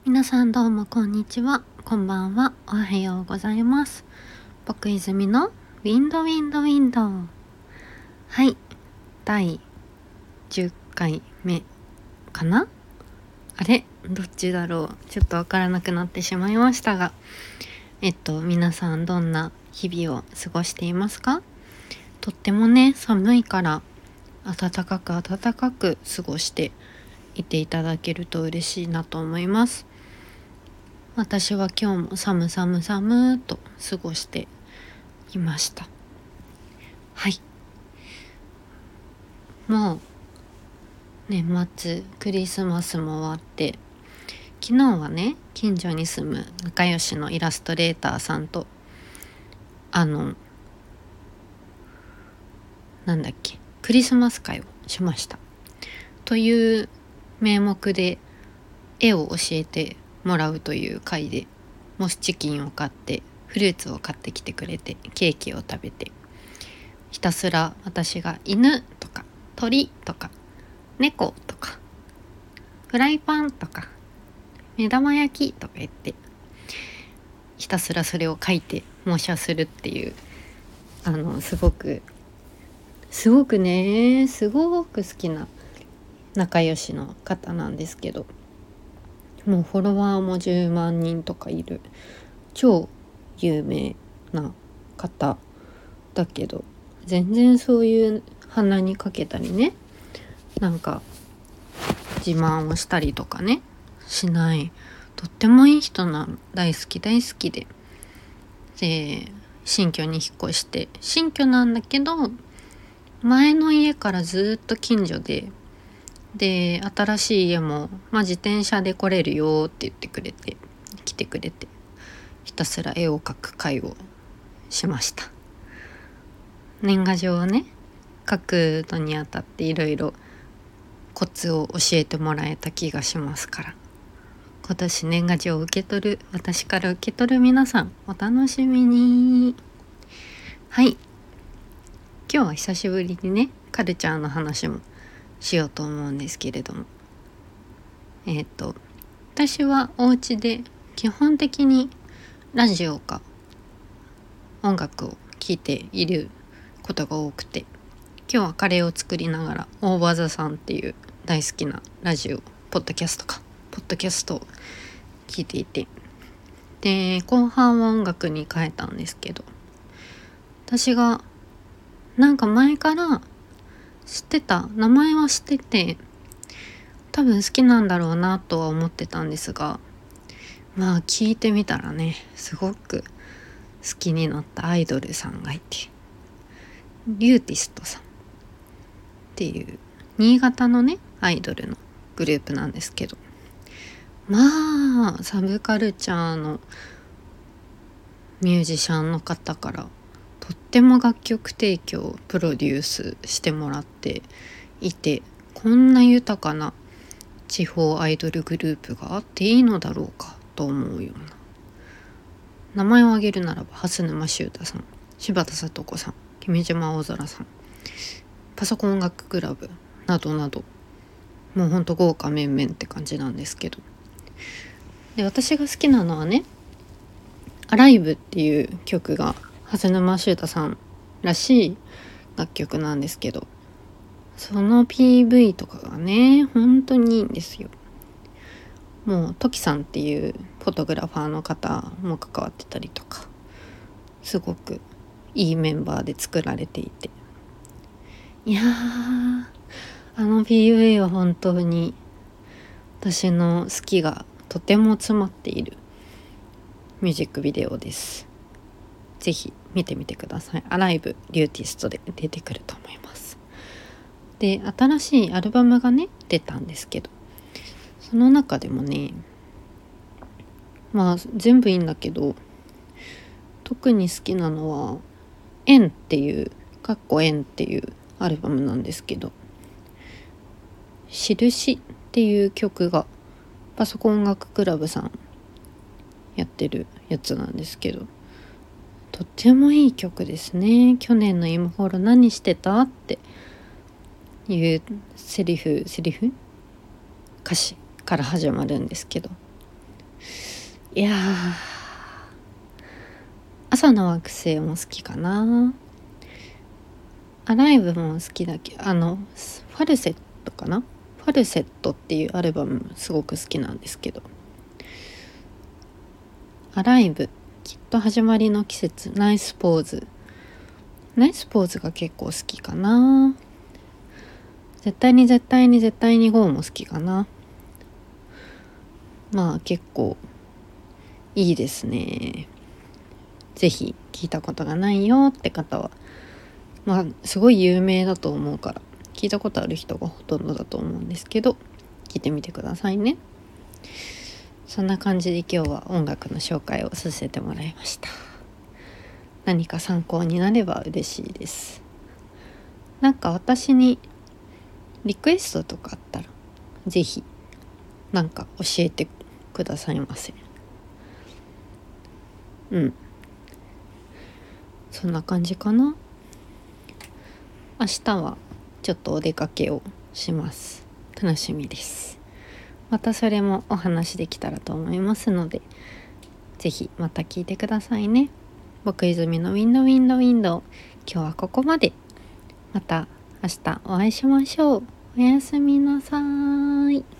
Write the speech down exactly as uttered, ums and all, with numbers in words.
皆さんどうもこんにちは、こんばんは、おはようございます。僕泉のウィンドウィンドウィンドウ。はい、だいじゅっかいめかな。あれどっちだろう、ちょっとわからなくなってしまいましたが、えっと皆さんどんな日々を過ごしていますか？とってもね、寒いから暖かく暖かく過ごしていていただけると嬉しいなと思います。私は今日も寒寒寒と過ごしていました。はい、もう年末クリスマスも終わって、昨日はね、近所に住む仲良しのイラストレーターさんとあのなんだっけクリスマス会をしましたという名目で絵を教えてもらうという会で、モスチキンを買ってフルーツを買ってきてくれて、ケーキを食べて、ひたすら私が犬とか鳥とか猫とかフライパンとか目玉焼きとか言って、ひたすらそれを書いて模写するっていう、あのすごくすごくねすごく好きな仲良しの方なんですけど、もうフォロワーもじゅうまんにんとかいる超有名な方だけど、全然そういう鼻にかけたりね、なんか自慢をしたりとかねしない、とってもいい人なの。大好き大好きで、で新居に引っ越して、新居なんだけど前の家からずっと近所で、で新しい家も、まあ、自転車で来れるよって言ってくれて来てくれて、ひたすら絵を描く会をしました。年賀状をね書くのにあたっていろいろコツを教えてもらえた気がしますから、今年年賀状を受け取る、私から受け取る皆さんお楽しみに。はい、今日は久しぶりにねカルチャーの話もしようと思うんですけれども、えっと私はお家で基本的にラジオか音楽を聴いていることが多くて、今日はカレーを作りながら大場座さんっていう大好きなラジオポッドキャストかポッドキャストを聞いていて、で後半は音楽に変えたんですけど、私がなんか前から知ってた、名前は知ってて多分好きなんだろうなとは思ってたんですが、まあ聞いてみたらね、すごく好きになったアイドルさんがいて、リューティストさんっていう新潟のねアイドルのグループなんですけど、まあサブカルチャーのミュージシャンの方からとっても楽曲提供プロデュースしてもらっていて、こんな豊かな地方アイドルグループがあっていいのだろうかと思うような、名前を挙げるならば蓮沼修太さん、柴田聡子さん、君島大空さん、パソコン音楽クラブなどなど、もうほんと豪華面々って感じなんですけど、で私が好きなのはね、アライブっていう曲が蓮沼修太さんらしい楽曲なんですけど、その ピーブイ とかがね本当にいいんですよ。もうトキさんっていうフォトグラファーの方も関わってたりとか、すごくいいメンバーで作られていて、いやーあの ピーブイ は本当に私の好きがとても詰まっているミュージックビデオです。ぜひ見てみてください。アライブリューティストで出てくると思います。で新しいアルバムがね出たんですけど、その中でもね、まあ全部いいんだけど、特に好きなのは縁っていうかっこ縁っていうアルバムなんですけど、印っていう曲がパソコン音楽クラブさんやってるやつなんですけど、とってもいい曲ですね。去年の今頃何してたっていうセリフセリフ歌詞から始まるんですけど、 いやー、朝の惑星も好きかな。アライブも好きだけど、あのファルセットかな、ファルセットっていうアルバムすごく好きなんですけど、アライブ、きっと始まりの季節、ナイスポーズ、ナイスポーズが結構好きかな。絶対に絶対に絶対に ゴー も好きかな。まあ結構いいですね。ぜひ聞いたことがないよって方は、まあすごい有名だと思うから聞いたことある人がほとんどだと思うんですけど、聞いてみてくださいね。そんな感じで今日は音楽の紹介をさせてもらいました。何か参考になれば嬉しいです。なんか私にリクエストとかあったらぜひなんか教えてくださいませ。うん、そんな感じかな。明日はちょっとお出かけをします。楽しみです。またそれもお話できたらと思いますので、ぜひまた聞いてくださいね。僕泉のウィンドウィンドウィンドウ、今日はここまで。また明日お会いしましょう。おやすみなさい。